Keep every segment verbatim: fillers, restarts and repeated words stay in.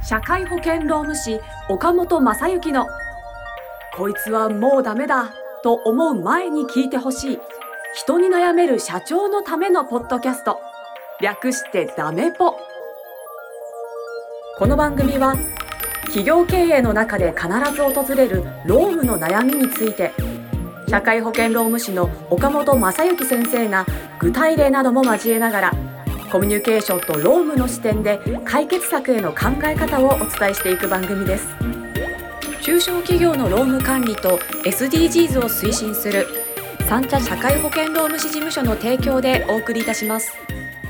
社会保険労務士岡本正幸のこいつはもうダメだと思う前に聞いてほしい人に悩める社長のためのポッドキャスト、略してダメポ。この番組は企業経営の中で必ず訪れる労務の悩みについて、社会保険労務士の岡本正幸先生が具体例なども交えながらコミュニケーションと労務の視点で解決策への考え方をお伝えしていく番組です。中小企業の労務管理と エスディージーズ を推進する三茶社会保険労務士事務所の提供でお送りいたします。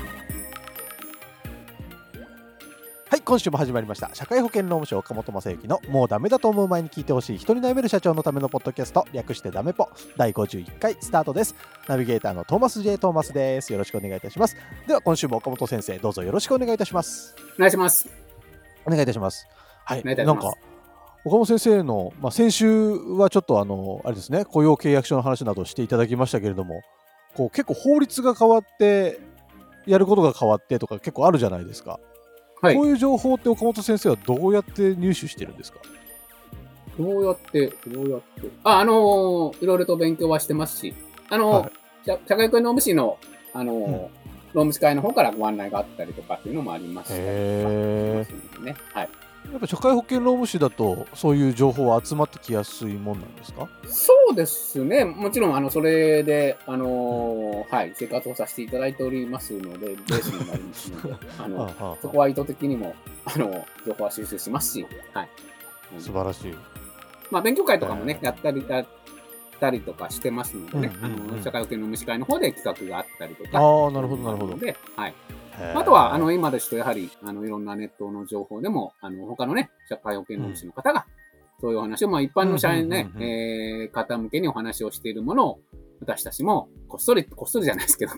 はい、今週も始まりました社会保険労務士岡本正幸のもうダメだと思う前に聞いてほしい人に悩める社長のためのポッドキャスト、略してダメポだいごじゅういっかいスタートです。ナビゲーターのトーマス J トーマスです。よろしくお願いいたします。では今週も岡本先生、どうぞよろしくお願いいたします。 お願いします。 お願いいたします。はい、 お願いいたします。 なんか岡本先生の、まあ、先週はちょっとあのあれですね、雇用契約書の話などをしていただきましたけれども、こう結構法律が変わってやることが変わってとか結構あるじゃないですか。はい、こういう情報って岡本先生はどうやって入手してるんですか？ どうやって、どうやって。あ、あのー、いろいろと勉強はしてますし、あのーはい、社, 社会保険労務士の、あのーうん、労務士会の方からご案内があったりとかっていうのもありますし、 へー、 ね、はい。 やっぱ社会保険労務士だとそういう情報は集まってきやすいもんなんですか？ そうですね。もちろんあのそれであのー、はい生活をさせていただいておりますのでベースになりますので、あのはあはあ、そこは意図的にもあの情報は収集しますし、はい。 うん、素晴らしい。 まあ勉強会とかもね、やったりやったりとかしてますのでね、うんうんうん、あの社会保険労務士会の方で企画があったりとか、 ああなるほどなるほど。 で、はい。あとは、あの、今ですと、やはり、あの、いろんなネットの情報でも、あの、他のね、社会保険労務士の方が、そういうお話を、まあ、一般の社員ね、えー、方向けにお話をしているものを、私たちも、こっそり、こっそりじゃないですけど、そ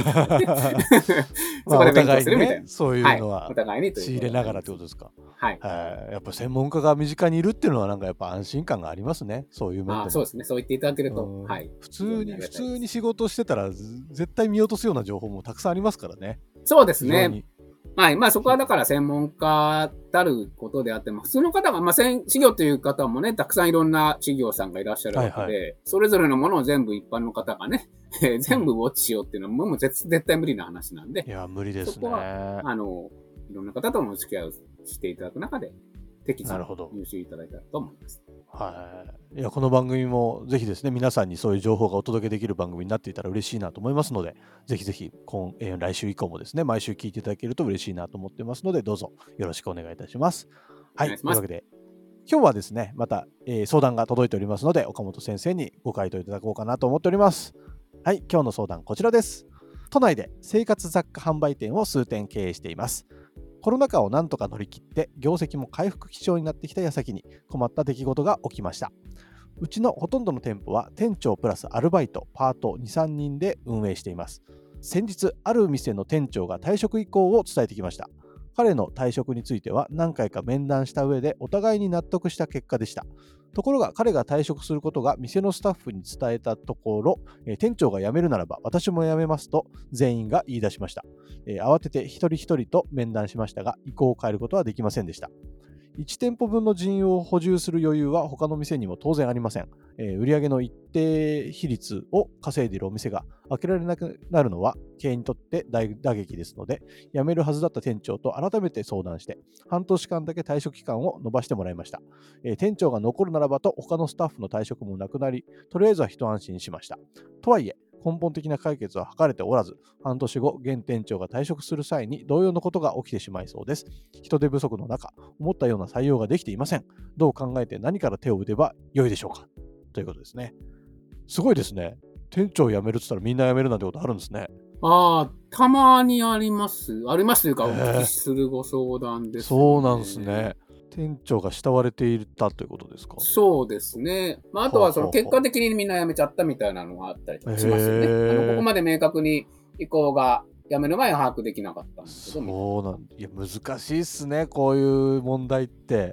こで勉強するみたいな。 ね、そういうのは、 はい、お互いに仕入れながらってことですか。 はい。 やっぱ専門家が身近にいるっていうのは、なんかやっぱ安心感がありますね。そういう面でも。 あ、そうですね。そう言っていただけると、はい。 普通に、普通に仕事してたら、絶対見落とすような情報もたくさんありますからね。 そうですね。はい。まあそこはだから専門家たることであっても、普通の方が、まあ、事業という方もね、たくさんいろんな事業さんがいらっしゃるわけで、はいはい、それぞれのものを全部一般の方がね、全部ウォッチしようっていうのはもう絶対無理な話なんで。 いや、無理ですね。 そこは、あの、いろんな方ともお付き合いをしていただく中で、適時に入手いただいたと思います。 はい。いや、この番組もぜひですね、皆さんにそういう情報がお届けできる番組になっていたら嬉しいなと思いますので、ぜひぜひ今、えー、来週以降もですね、毎週聞いていただけると嬉しいなと思ってますので、どうぞよろしくお願いいたします。はい。というわけで、今日はですね、また、えー、相談が届いておりますので、岡本先生にご回答いただこうかなと思っております。はい。今日の相談こちらです。都内で生活雑貨販売店を数店経営しています。コロナ禍をなんとか乗り切って業績も回復基調になってきた矢先に困った出来事が起きました。うちのほとんどの店舗は店長プラスアルバイト、パートに、さんにんで運営しています。先日ある店の店長が退職意向を伝えてきました。彼の退職については何回か面談した上でお互いに納得した結果でした。ところが彼が退職することが店のスタッフに伝えたところ、えー、店長が辞めるならば私も辞めますと全員が言い出しました。えー、慌てて一人一人と面談しましたが意向を変えることはできませんでした。いち店舗分の人員を補充する余裕は他の店にも当然ありません。えー、売上の一定比率を稼いでいるお店が開けられなくなるのは経営にとって大打撃ですので、辞めるはずだった店長と改めて相談して半年間だけ退職期間を延ばしてもらいました。えー、店長が残るならばと他のスタッフの退職もなくなり、とりあえずは一安心しました。とはいえ根本的な解決は図れておらず、半年後、現店長が退職する際に同様のことが起きてしまいそうです。人手不足の中、思ったような採用ができていません。どう考えて何から手を打てば良いでしょうか、ということですね。すごいですね。店長辞めるって言ったらみんな辞めるなんてことあるんですね。 ああ、たまにあります。ありますというか、お聞きするご相談です、ね。 そうなんですね。店長が慕われていたということですか？ そうですね。まあ、あとはその結果的にみんな辞めちゃったみたいなのがあったりとかしますよね。あのここまで明確に意向が辞める前は把握できなかったんですけど。 そうなんいや難しいっすね、こういう問題って。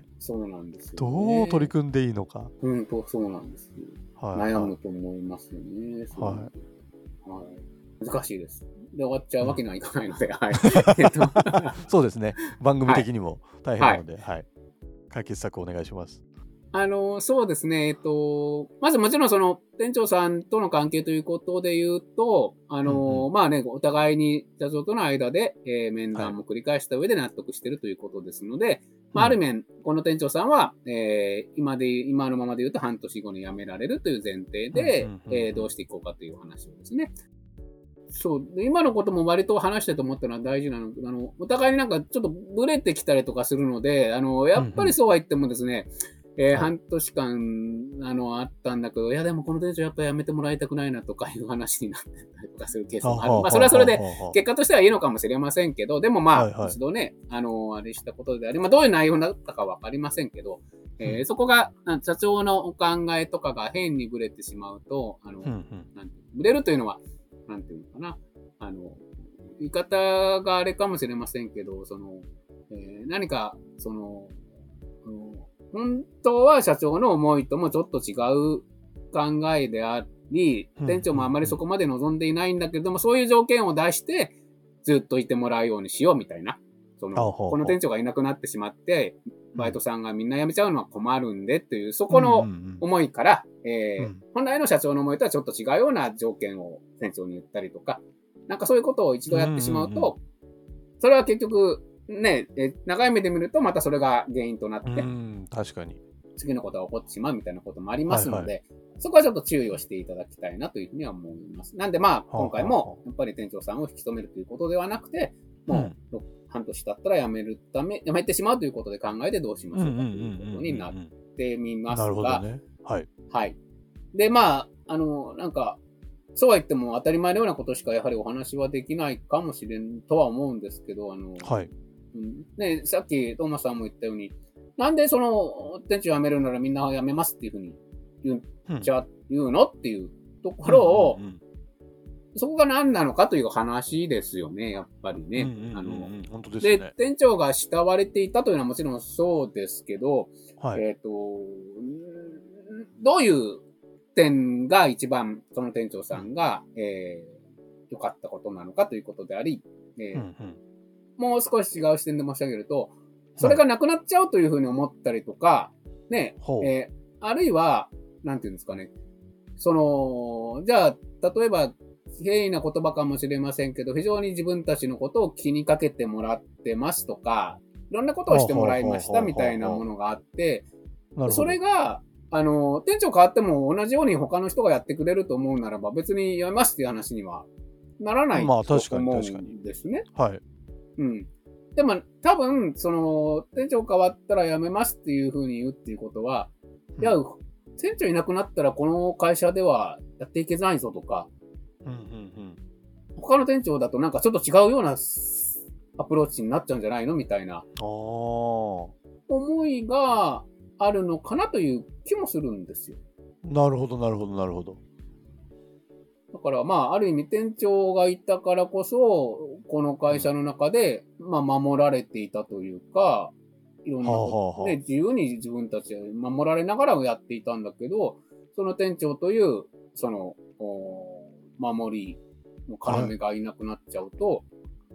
そうなんですよ、ね。 どう取り組んでいいのか。 うん、そうなんですよ。はい、悩むと思いますよね。 はい。 はい。 難しいです。で、終わっちゃうわけにはいかないので、うん、はい。えっとそうですね。番組的にも大変なので、はい。はい、解決策お願いします。 あの、そうですね。えっと、まずもちろんその店長さんとの関係ということで言うと、あの、うんうん、まあね、お互いに社長との間で、えー、面談も繰り返した上で納得しているということですので、はい、まあ、ある面、この店長さんは、えー、今で、今のままで言うと半年後に辞められるという前提で、えどうしていこうかという話をですね。そう。で、今のことも割と話してと思ったのは大事なの。あの、お互いになんかちょっとブレてきたりとかするので、あの、やっぱりそうは言ってもですね、うんうんえーはい、半年間、あの、あったんだけど、いや、でもこの店長やっぱり辞めてもらいたくないなとかいう話になってたりとかするケースもある。まあ、それはそれで、結果としてはいいのかもしれませんけど、でもまあ、はいはい、一度ね、あの、あれしたことであり、まあ、どういう内容だったかわかりませんけど、えーうん、そこが、社長のお考えとかが変にブレてしまうと、あの、うんうん、なんてブレるというのは、なんていうのかな、あの、言い方があれかもしれませんけど、その、えー、何か、その、本当は社長の思いともちょっと違う考えであり、店長もあまりそこまで望んでいないんだけれども、そういう条件を出して、ずっといてもらうようにしようみたいな。その、この店長がいなくなってしまって、バイトさんがみんな辞めちゃうのは困るんでっていう、そこの思いから、えー、本来の社長の思いとはちょっと違うような条件を店長に言ったりとか、なんかそういうことを一度やってしまうと、それは結局、ね、え長い目で見るとまたそれが原因となって、 うん確かに次のことが起こってしまうみたいなこともありますので、はいはい、そこはちょっと注意をしていただきたいなというふうには思います。なんでまあ、今回もやっぱり店長さんを引き止めるということではなくて、もう半年経ったら辞めるため、辞めてしまうということで考えてどうしましょうかということになってみますが、なるほどね。はい。はい。で、まあ、あの、なんか、そうは言っても当たり前のようなことしかやはりお話はできないかもしれんとは思うんですけど、あの、はい。うん、ね、さっきトーマスさんも言ったように、なんでその店長辞めるならみんな辞めますっていうふうに言う、じゃ、うん、言うのっていうところを、うんうんうん、そこが何なのかという話ですよね、やっぱりね。うんうんうん、あの、本当ですね。で、店長が慕われていたというのはもちろんそうですけど、はい、えっと、どういう点が一番その店長さんが、うん、えー、良かったことなのかということであり、えーうんうんもう少し違う視点で申し上げると、それがなくなっちゃうというふうに思ったりとか、ね、えー、あるいは、なんていうんですかね、その、じゃあ、例えば、平易な言葉かもしれませんけど、非常に自分たちのことを気にかけてもらってますとか、いろんなことをしてもらいましたみたいなものがあって、それが、あの、店長変わっても同じように他の人がやってくれると思うならば、別にやめますっていう話にはならないと思うんですね。 まあ、はい。 うん。でも、多分、その、店長変わったら辞めますっていう風に言うっていうことは、うん、いや、店長いなくなったらこの会社ではやっていけないぞとか、うんうんうん、他の店長だとなんかちょっと違うようなアプローチになっちゃうんじゃないのみたいな思いがあるのかなという気もするんですよ。 なるほど、なるほど、なるほど。 だから、まあ、ある意味店長がいたからこそ、この会社の中で、まあ、守られていたというか、いろんなことで、自由に自分たちは守られながらやっていたんだけど、その店長という、その、守りの要がいなくなっちゃうと、はい、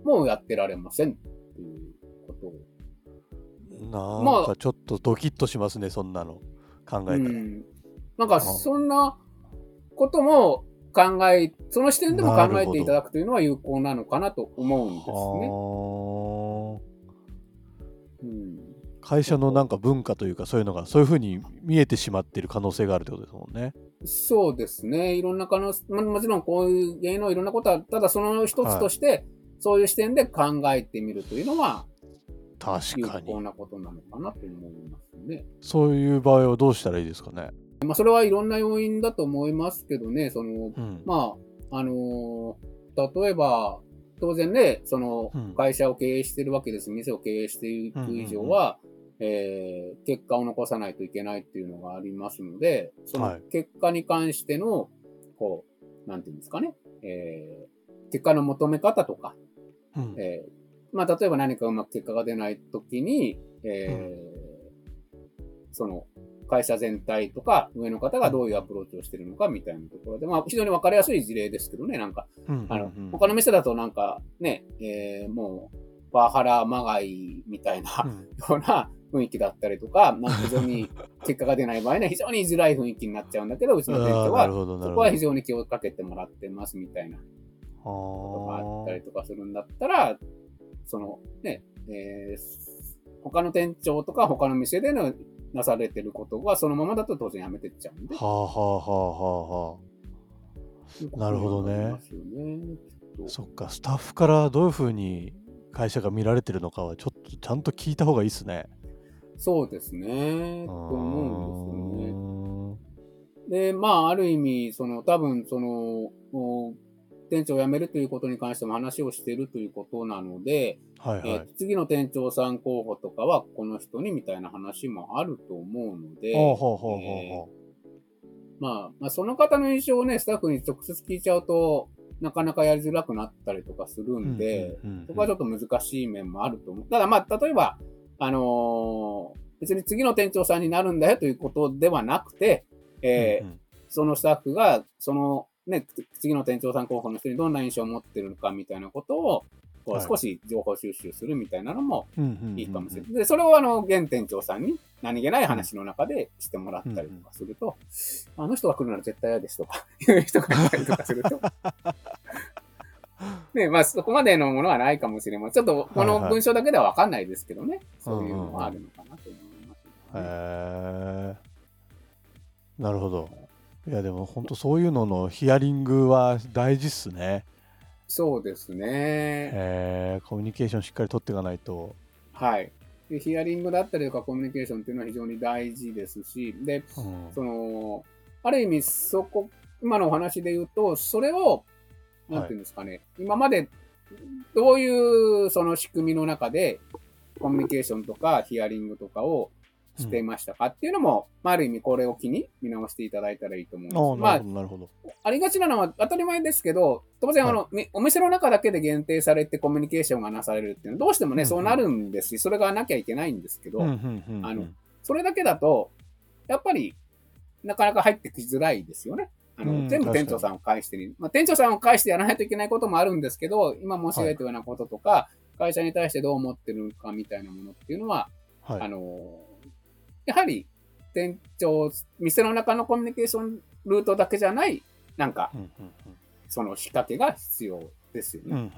もうやってられませんっていうことを。なんかちょっとドキッとしますね、そんなの考えたら。うん、 なんか、そんなことも、考え、その視点でも考えていただくというのは有効なのかなと思うんですね。うん、 会社のなんか文化というかそういうのがそういうふうに見えてしまっている可能性があるということですもんね。 そうですね。いろんな可能性、も, もちろんこういう芸能いろんなことは、ただその一つとして、はい、そういう視点で考えてみるというのは、 確かに有効なことなのかなと思いますね。 そういう場合はどうしたらいいですかね。 まあ、それはいろんな要因だと思いますけどね、その、うん、まあ、あのー、例えば、当然ね、その、会社を経営しているわけです。店を経営していく以上は、うんうんうん、えー、結果を残さないといけないっていうのがありますので、その結果に関しての、はい、こう、なんていうんですかね、えー、結果の求め方とか、うん、えー、まあ、例えば何かうまく結果が出ないときに、えー、うん、その、 会社全体とか、上の方がどういうアプローチをしてるのかみたいなところで、まあ、非常に分かりやすい事例ですけどね、なんか、 うんうんうん、 あの、他の店だとなんか、ね、えー、もう、パワハラまがいみたいな、 うん、 ような雰囲気だったりとか、なんか非常に結果が出ない場合には非常に居づらい雰囲気になっちゃうんだけど、うちの店長は、そこは非常に気をかけてもらってますみたいなことがあったりとかするんだったら、そのね、えー、他の店長とか他の店でのなされてることがそのままだと当然やめてっちゃうんで。 はあはあはあはあはあ。なるほどね。そっか、スタッフからどういうふうに会社が見られてるのかはちょっとちゃんと聞いた方がいいですね。 そうですね。と思うんですよね。で、まあ、ある意味、その、多分、その、店長を辞めるということに関しても話をしているということなので、 はいはい、 えー、次の店長さん候補とかはこの人にみたいな話もあると思うので、まあ、まあ、その方の印象をね、スタッフに直接聞いちゃうと、なかなかやりづらくなったりとかするんで、そこはちょっと難しい面もあると思う。ただまあ、例えば、あのー、別に次の店長さんになるんだよということではなくて、えーうんうん、そのスタッフが、そのね、次の店長さん候補の人にどんな印象を持ってるのかみたいなことを、こう少し情報収集するみたいなのもいいかもしれない。で、それをあの、現店長さんに何気ない話の中でしてもらったりとかすると、うんうん、あの人が来るなら絶対嫌ですとか、いう人がいたりとかすると、ね、まあそこまでのものはないかもしれません。ちょっとこの文章だけではわかんないですけどね、はいはい、そういうのはあるのかなと思います、ね。 うんうんうん、へー。なるほど。いやでも本当そういうののヒアリングは大事っすね。 そうですね。 えー、コミュニケーションしっかり取っていかないと。 はい。でヒアリングだったりとかコミュニケーションっていうのは非常に大事ですし、で、うん、その、ある意味そこ、今のお話で言うと、それを、なんていうんですかね、はい、今までどういうその仕組みの中でコミュニケーションとかヒアリングとかをしていましたかっていうのも、うん、ある意味これを機に見直していただいたらいいと思うんです。 まあ、なるほど。 ありがちなのは当たり前ですけど、当然あの、はい、お店の中だけで限定されてコミュニケーションがなされるっていうのはどうしてもね、うんうん、そうなるんですし、それがなきゃいけないんですけど、 うんうんうんうん、 あの、それだけだと、やっぱりなかなか入ってきづらいですよね。あの、うん、全部店長さんを介してに、まあ、店長さんを介してやらないといけないこともあるんですけど、今申し上げたようなこととか、はい、会社に対してどう思ってるかみたいなものっていうのは、はい、あの、やはり店長、店の中のコミュニケーションルートだけじゃない、なんか、うんうんうん、その仕掛けが必要ですよね。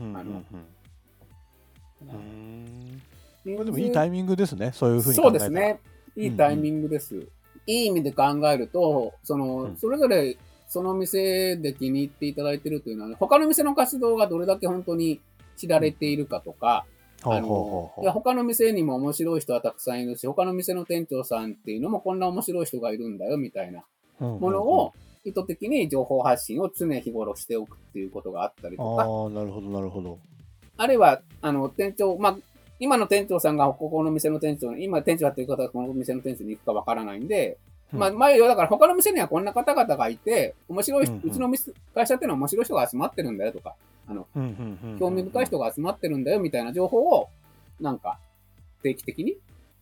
でもいいタイミングですね、そういうふうに考えたら。そうですね。いいタイミングです。うんうん、いい意味で考えると、その、うん、それぞれその店で気に入っていただいているというのは、他の店の活動がどれだけ本当に知られているかとか、あの、いや他の店にも面白い人はたくさんいるし、他の店の店長さんっていうのもこんな面白い人がいるんだよみたいなものを意図的に情報発信を常日頃しておくっていうことがあったりとか。 ああ、なるほど、なるほど。 あるいは、あの、店長、まあ、今の店長さんがここの店の店長、今店長やってる方がこの店の店長に行くかわからないんで、うん、まあ、前はだから他の店にはこんな方々がいて、面白い、うんうん、うちの店会社っていうのは面白い人が集まってるんだよとか、あの、興味深い人が集まってるんだよみたいな情報を、なんか、定期的に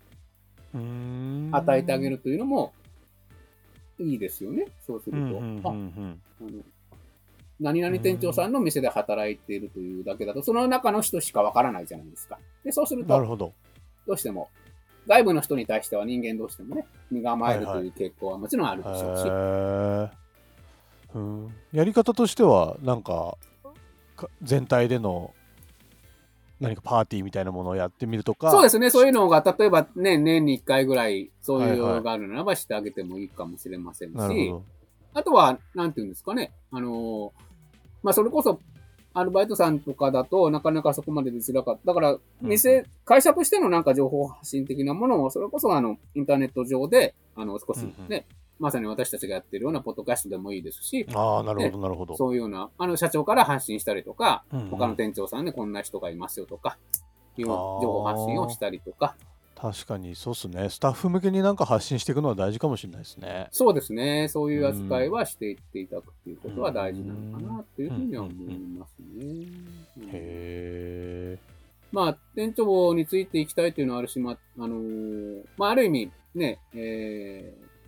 与えてあげるというのもいいですよね。そうすると。あ、あの、何々店長さんの店で働いているというだけだと、その中の人しかわからないじゃないですか。で、そうすると、 なるほど。 どうしても、外部の人に対しては人間どうしてもね、身構えるという傾向はもちろんあるでしょうし。 はいはい、うん、やり方としては、なんか、全体での何かパーティーみたいなものをやってみるとか。 そうですね。そういうのが、例えばね、年にいっかいぐらい、そういうのがあるならばしてあげてもいいかもしれませんし、はいはい、あとは、なんていうんですかね、あの、まあ、それこそ、アルバイトさんとかだとなかなかそこまで出づらかった。だから、店、うん、会社としてのなんか情報発信的なものを、それこそあの、インターネット上で、あの、少しね、うんうん、まさに私たちがやってるようなポッドキャストでもいいですし、 ああ、なるほど、なるほど。 そういうような、あの、社長から発信したりとか、うんうん、他の店長さんでこんな人がいますよとか、いう情報発信をしたりとか。 確かに、そうっすね。スタッフ向けになんか発信していくのは大事かもしれないですね。 そうですね。そういう扱いはしていっていただくということは大事なのかな、というふうには思いますね。 へー。 まあ、店長についていきたいというのはあるし、まあ、あのー、まあ、ある意味、ね、えー、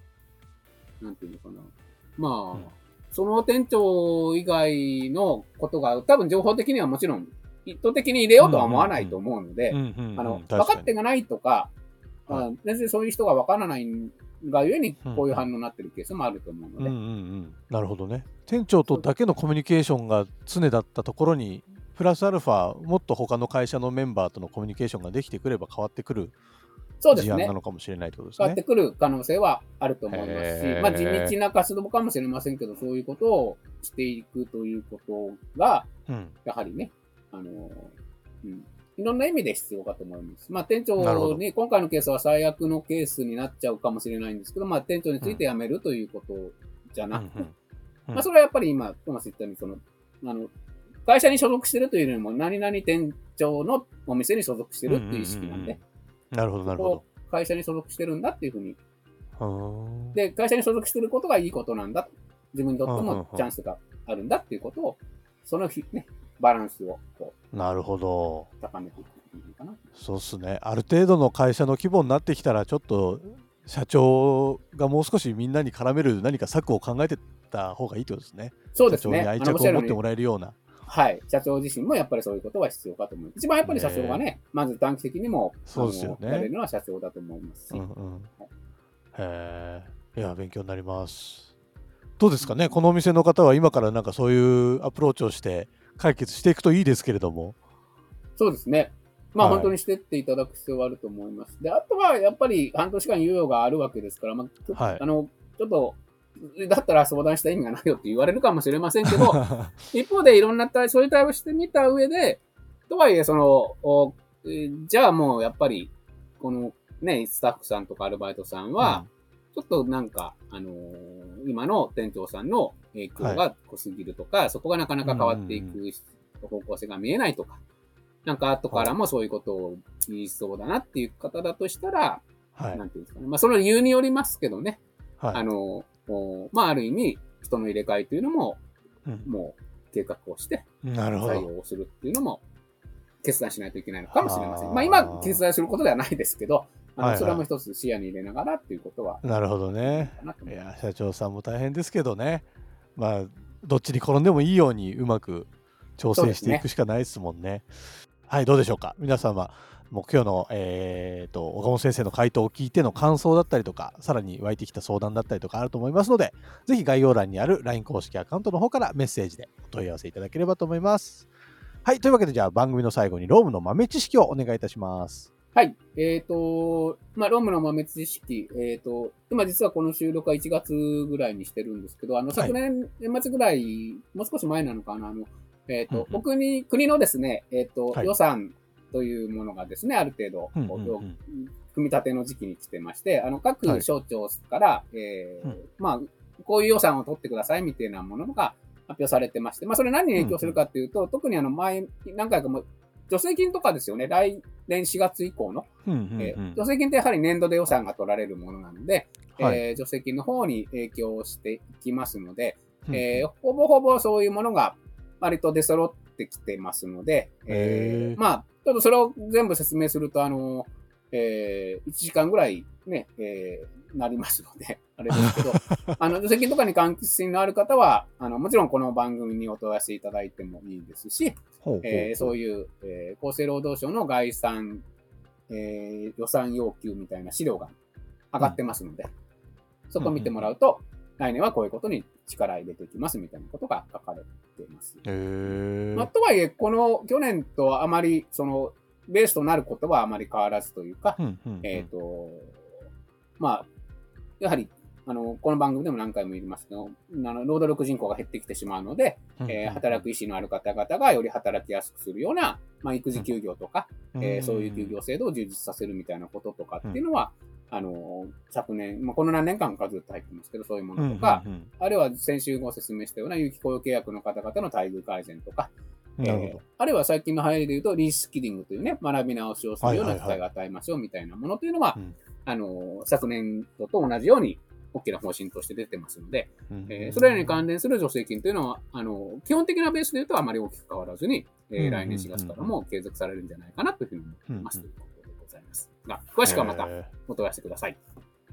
なんていうのかな。まあ、 うんその店長以外のことが、多分情報的にはもちろん、意図的に入れようとは思わないと思うので、あの、分かってがないとか、 はいあ全然そういう人が分からないがゆえに、 うんこういう反応になってるケースもあると思うので。 うんうんうん、なるほどね。店長とだけのコミュニケーションが常だったところに、プラスアルファ、もっと他の会社のメンバーとのコミュニケーションができてくれば変わってくるそうですね事案な。のかもしれないということですね。 変わってくる可能性はあると思いますし、 へーまあ地道な活動かもしれませんけど、そういうことをしていくということが、 うんやはりね、あの、うん、いろんな意味で必要かと思います。まあ店なるほど長に、今回のケースは最悪のケースになっちゃうかもしれないんですけど、まあ店長について辞めるということじゃなくて、 うんうんうんまあそれはやっぱり今、トーマス言ったように、その、あの、会社に所属してるというよりも、何々店長のお店に所属してるっていう意識なんで、 なるほどなるほこう会社に所属してるんだっていうふうに、 ど。 で、会社に所属してることがいいことなんだ。自分にとってもチャンスがあるんだっていうことを、その日ね、バランスをこなるほど。 う高めていくのかな。 そうっすね。ある程度の会社の規模になってきたら、ちょっと社長がもう少しみんなに絡める何か策を考えてた方がいいってことですね。 そうですね。 社長に愛あのおっしゃるように着を持ってもらえるような。 はい。社長自身もやっぱりそういうことは必要かと思います。一番やっぱり社長がね、まず短期的にも、 そうですよねあのやれるのは社長だと思いますし。 うんうん。へえ。いや、勉強になります。どうですかね、このお店の方は今からなんかそういうアプローチをして解決していくといいですけれども。 そうですね。まあはい本当にしてっていただく必要はあると思います。で、あとはやっぱり半年間猶予があるわけですから、まあ、 はいあの、ちょっと、だったら相談した意味がないよって言われるかもしれませんけど、一方でいろんな対、そういう対応してみた上で、とはいえ、その、おえーじゃあもうやっぱり、このね、スタッフさんとかアルバイトさんは、ちょっとなんか、あのー今の店長さんの影響が濃すぎるとか、そこがなかなか変わっていく方向性が見えないとか、なんか後からもそういうことを言いそうだなっていう方だとしたら、 はいなんていうんですかね。まあ、その理由によりますけどね。 はいあの、おまあ、ある意味、人の入れ替えというのも、 うんもう計画をして、 なるほど。 採用をするっていうのも、決断しないといけないのかもしれません。 あーまあ、今、決断することではないですけど、あの、 はいはいそれも一つ視野に入れながらっていうことは、 なるほどね。 かなと思います。 いや、社長さんも大変ですけどね。まあ、どっちに転んでもいいようにうまく調整していくしかないですもんね。はい、どうでしょうか。皆様、もう今日の、えー、と岡本先生の回答を聞いての感想だったりとか、さらに湧いてきた相談だったりとかあると思いますので、ぜひ概要欄にある ライン 公式アカウントの方からメッセージでお問い合わせいただければと思います。はい、というわけでじゃあ番組の最後にロームの豆知識をお願いいたします。 はい。えっ、と、まあ、ロームの豆知識、えっ、と、今実はこの収録はいちがつぐらいにしてるんですけど、あの、昨年、年末ぐらい、もう少し前なのかな、あの、えっ、と、 うんうん僕に、国のですね、えっ、と、 はい予算というものがですね、ある程度、 うんうんこううん組み立ての時期に来てまして、あの、 はい各省庁から、えーうんまあ、こういう予算を取ってくださいみたいなものが発表されてまして、まあ、それ何に影響するかっていうと、特にあの、前、何回かも、助成金とかですよね、来年しがつ以降の、 うんうんうんえー助成金ってやはり年度で予算が取られるものなので、 はいえー助成金の方に影響していきますので、 うんえーほぼほぼそういうものが割と出揃ってきてますので、えへーーまあ、ちょっとそれを全部説明すると、あの、えーいちじかんぐらいね、えーなりますので、あれですけど、あの、助成金とかに関心のある方は、あの、もちろんこの番組にお問い合わせいただいてもいいですし、 ほうほうえーそういう、えー厚生労働省の概算、えー予算要求みたいな資料が上がってますので、そこを見てもらうと、来年はこういうことに力入れていきますみたいなことが書かれています。 へーまあ、とはいえ、この去年とあまり、その、ベースとなることはあまり変わらずというか、 うんうんうんえっ、と、まあ、やはり、あの、この番組でも何回も言いますけど、あの労働力人口が減ってきてしまうので、えー働く意思のある方々がより働きやすくするような、まあ、育児休業とか、えーそういう休業制度を充実させるみたいなこととかっていうのは、あの、昨年、まあ、この何年間かずっと入ってますけど、そういうものとか、 うんうんあるいは先週ご説明したような有期雇用契約の方々の待遇改善とか、 うんなるほどえーあるいは最近の流行りで言うと、リスキリングというね、学び直しをするようなはいはいはい機会を与えましょうみたいなものというのは、 うんあの、昨年度と同じように大きな方針として出てますので、 うんえーそれらに関連する助成金というのは、あの、基本的なベースで言うとあまり大きく変わらずに、えーうん来年しがつからも継続されるんじゃないかなというふうに思っています、 うんということでございます。が、詳しくはまたへーお問い合わせください。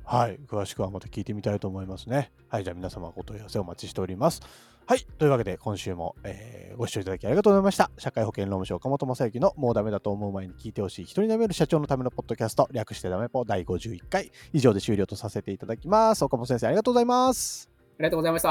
はい、詳しくはまた聞いてみたいと思いますね。はい、じゃあ皆様お問い合わせお待ちしております。はい、というわけで今週も、えーご視聴いただきありがとうございました。社会保険労務士岡本正幸のもうダメだと思う前に聞いてほしい人に舐める社長のためのポッドキャスト、略してダメポだいごじゅういっかい以上で終了とさせていただきます。岡本先生ありがとうございます。 ありがとうございました。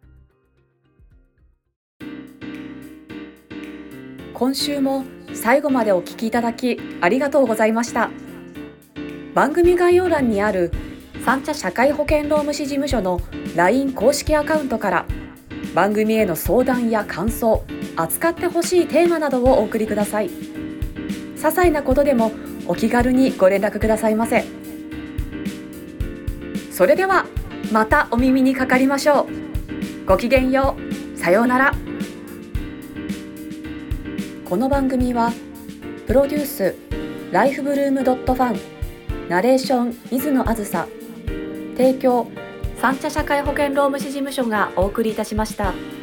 今週も最後までお聞きいただきありがとうございました。番組概要欄にある三茶社会保険労務士事務所の ライン 公式アカウントから番組への相談や感想、扱ってほしいテーマなどをお送りください。些細なことでもお気軽にご連絡くださいませ。それではまたお耳にかかりましょう。ごきげんよう。さようなら。この番組はプロデュースライフブルームドットファン、ナレーション水野あずさ、提供三茶社会保険労務士事務所がお送りいたしました。